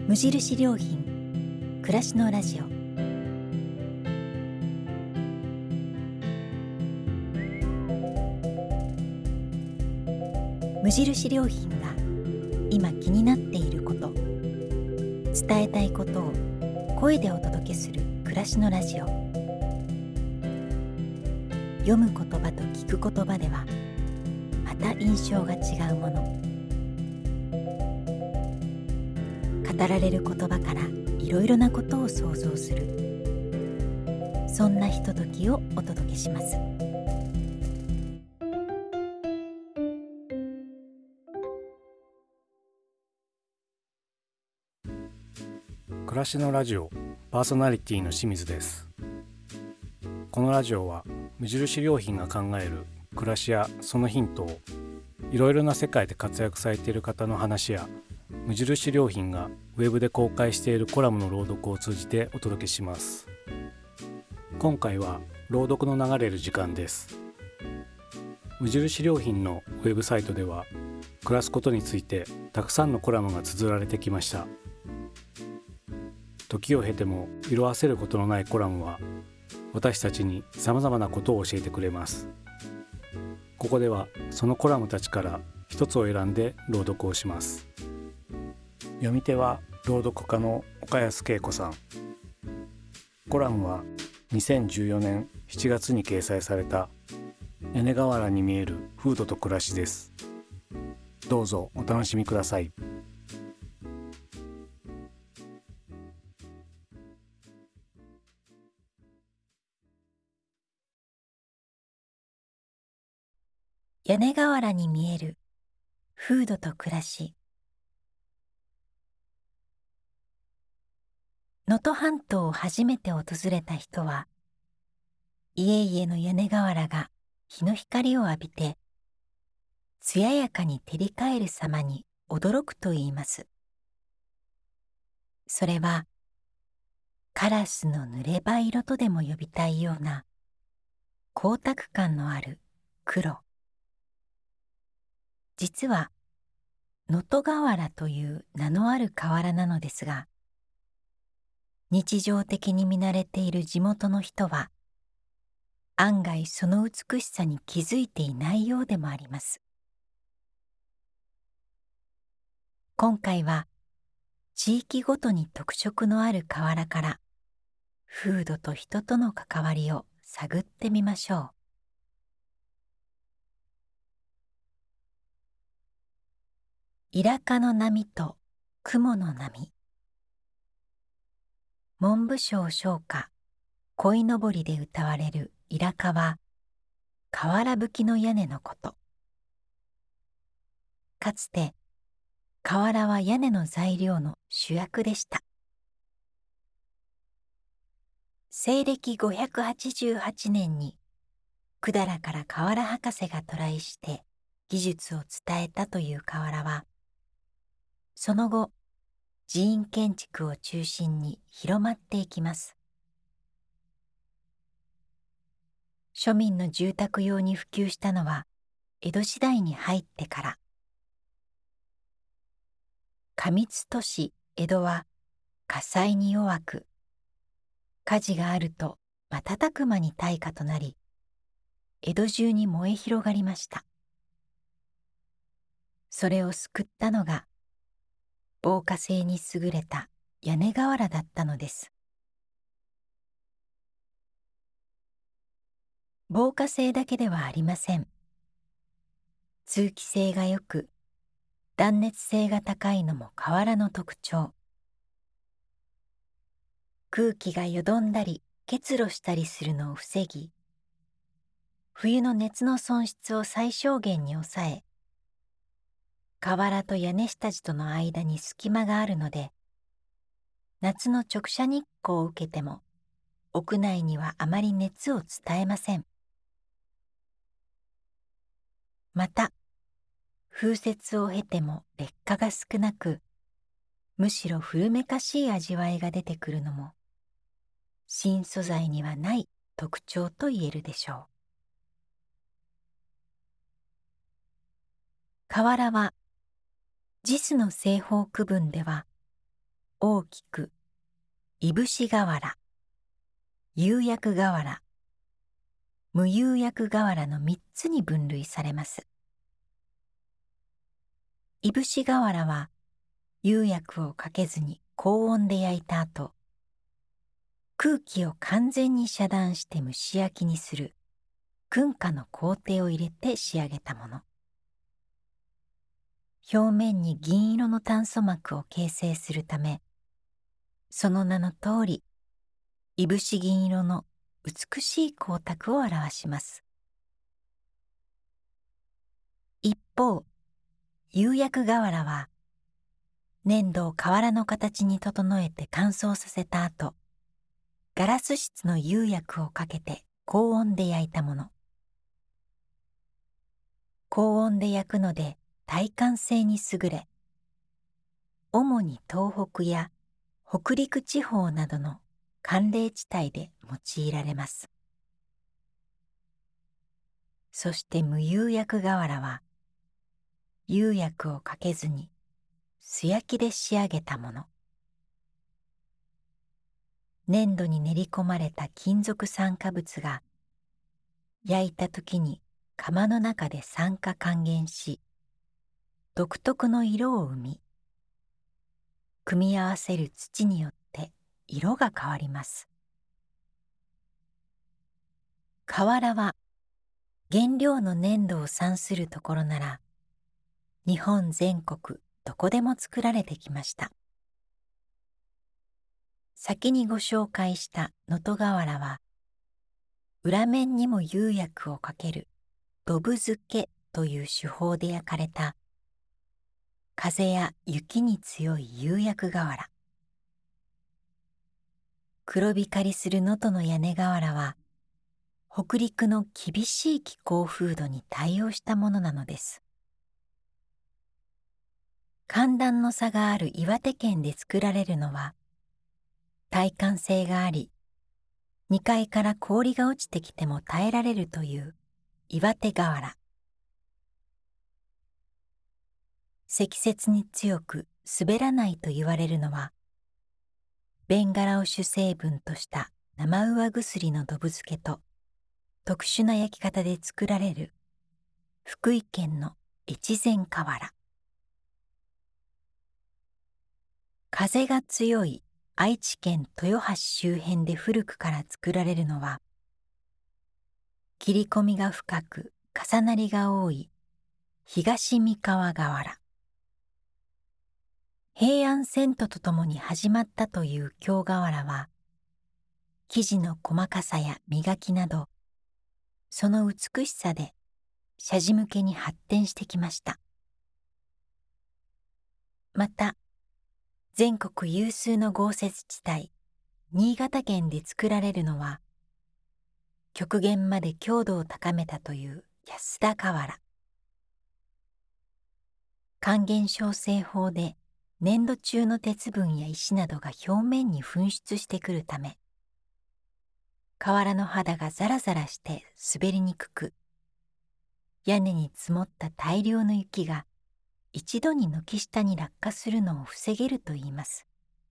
無印良品暮らしのラジオ。無印良品が今気になっていること、伝えたいことを声でお届けする暮らしのラジオ。読む言葉と聞く言葉ではまた印象が違うもの。語られる言葉からいろいろなことを想像する、そんなひとときをお届けします。 暮らしのラジオパーソナリティの清水です。このラジオは無印良品が考える暮らしやそのヒントをいろいろな世界で活躍されている方の話や、無印良品がウェブで公開しているコラムの朗読を通じてお届けします。今回は朗読の流れる時間です。無印良品のウェブサイトでは暮らすことについてたくさんのコラムが綴られてきました。時を経ても色あせることのないコラムは私たちにさまざまなことを教えてくれます。ここではそのコラムたちから一つを選んで朗読をします。読み手は朗読家の岡安恵子さん。コラムは2014年7月に掲載された屋根瓦に見える風土と暮らしです。どうぞお楽しみください。 屋根瓦に見える風土と暮らし。能登半島を初めて訪れた人は、家々の屋根瓦が日の光を浴びて艶やかに照り返る様に驚くと言います。それはカラスの濡れ葉色とでも呼びたいような光沢感のある黒。実は能登瓦という名のある瓦なのですが、日常的に見慣れている地元の人は案外その美しさに気づいていないようでもあります。今回は地域ごとに特色のある瓦から風土と人との関わりを探ってみましょう。イラカの波と雲の波。文部省唱歌鯉のぼりで歌われるイラカは瓦葺きの屋根のこと。かつて瓦は屋根の材料の主役でした。西暦588年に百済から瓦博士が渡来して技術を伝えたという瓦は、その後寺院建築を中心に広まっていきます。庶民の住宅用に普及したのは江戸時代に入ってから。過密都市江戸は火災に弱く、火事があると瞬く間に大火となり、江戸中に燃え広がりました。それを救ったのが防火性に優れた屋根瓦だったのです。防火性だけではありません。通気性が良く断熱性が高いのも瓦の特徴。空気がよどんだり結露したりするのを防ぎ、冬の熱の損失を最小限に抑え、瓦と屋根下地との間に隙間があるので、夏の直射日光を受けても屋内にはあまり熱を伝えません。また風雪を経ても劣化が少なく、むしろ古めかしい味わいが出てくるのも新素材にはない特徴と言えるでしょう。瓦はJISの製法区分では大きくいぶし瓦、釉薬瓦、無釉薬瓦の3つに分類されます。いぶし瓦は釉薬をかけずに高温で焼いた後、空気を完全に遮断して蒸し焼きにする燻化の工程を入れて仕上げたもの。表面に銀色の炭素膜を形成するため、その名の通り、いぶし銀色の美しい光沢を表します。一方、釉薬瓦は、粘土を瓦の形に整えて乾燥させた後、ガラス質の釉薬をかけて高温で焼いたもの。高温で焼くので耐寒性に優れ、主に東北や北陸地方などの寒冷地帯で用いられます。そして無釉薬瓦は、釉薬をかけずに素焼きで仕上げたもの。粘土に練り込まれた金属酸化物が焼いた時に窯の中で酸化還元し、独特の色を生み、組み合わせる土によって色が変わります。瓦は原料の粘土を産するところなら、日本全国どこでも作られてきました。先にご紹介した能登瓦は、裏面にも釉薬をかける土ぶ漬けという手法で焼かれた風や雪に強い釉薬瓦。黒光りする能登の屋根瓦は、北陸の厳しい気候風土に対応したものなのです。寒暖の差がある岩手県で作られるのは、耐寒性があり、2階から氷が落ちてきても耐えられるという岩手瓦。積雪に強く滑らないと言われるのは、ベンガラを主成分とした生上薬の土ぶ漬けと特殊な焼き方で作られる福井県の越前瓦。風が強い愛知県豊橋周辺で古くから作られるのは、切り込みが深く重なりが多い東三河瓦。平安遷都とともに始まったという京瓦は、生地の細かさや磨きなど、その美しさで謝辞向けに発展してきました。また、全国有数の豪雪地帯、新潟県で作られるのは、極限まで強度を高めたという安田瓦。還元焼成法で粘土中の鉄分や石などが表面に噴出してくるため、瓦の肌がザラザラして滑りにくく、屋根に積もった大量の雪が一度に軒下に落下するのを防げるといいます。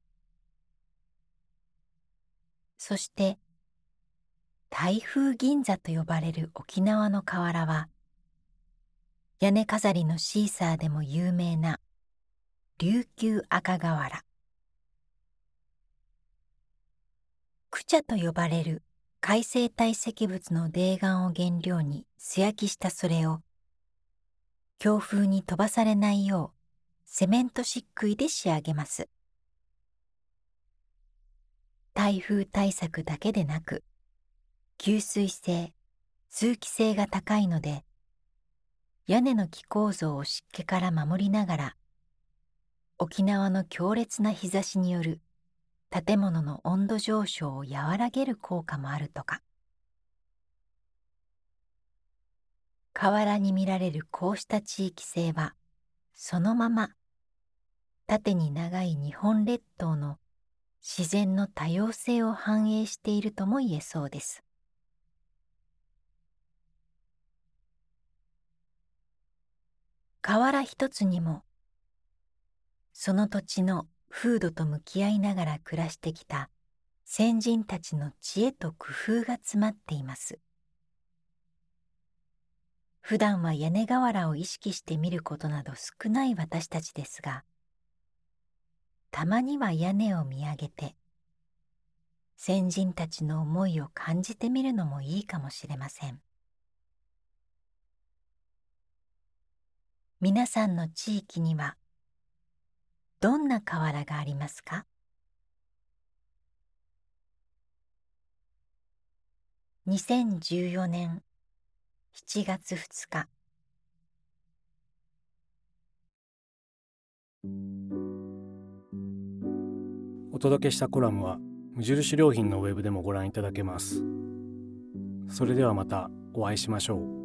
そして、台風銀座と呼ばれる沖縄の瓦は、屋根飾りのシーサーでも有名な琉球赤瓦。クチャと呼ばれる海成堆石物の泥岩を原料に素焼きしたそれを、強風に飛ばされないようセメント漆喰で仕上げます。台風対策だけでなく、吸水性、通気性が高いので、屋根の気構造を湿気から守りながら、沖縄の強烈な日差しによる建物の温度上昇を和らげる効果もあるとか。瓦に見られるこうした地域性は、そのまま縦に長い日本列島の自然の多様性を反映しているとも言えそうです。瓦一つにも、その土地の風土と向き合いながら暮らしてきた先人たちの知恵と工夫が詰まっています。普段は屋根瓦を意識して見ることなど少ない私たちですが、たまには屋根を見上げて、先人たちの思いを感じてみるのもいいかもしれません。皆さんの地域にはどんな瓦がありますか？2014年7月2日。 お届けしたコラムは無印良品のウェブでもご覧いただけます。それではまたお会いしましょう。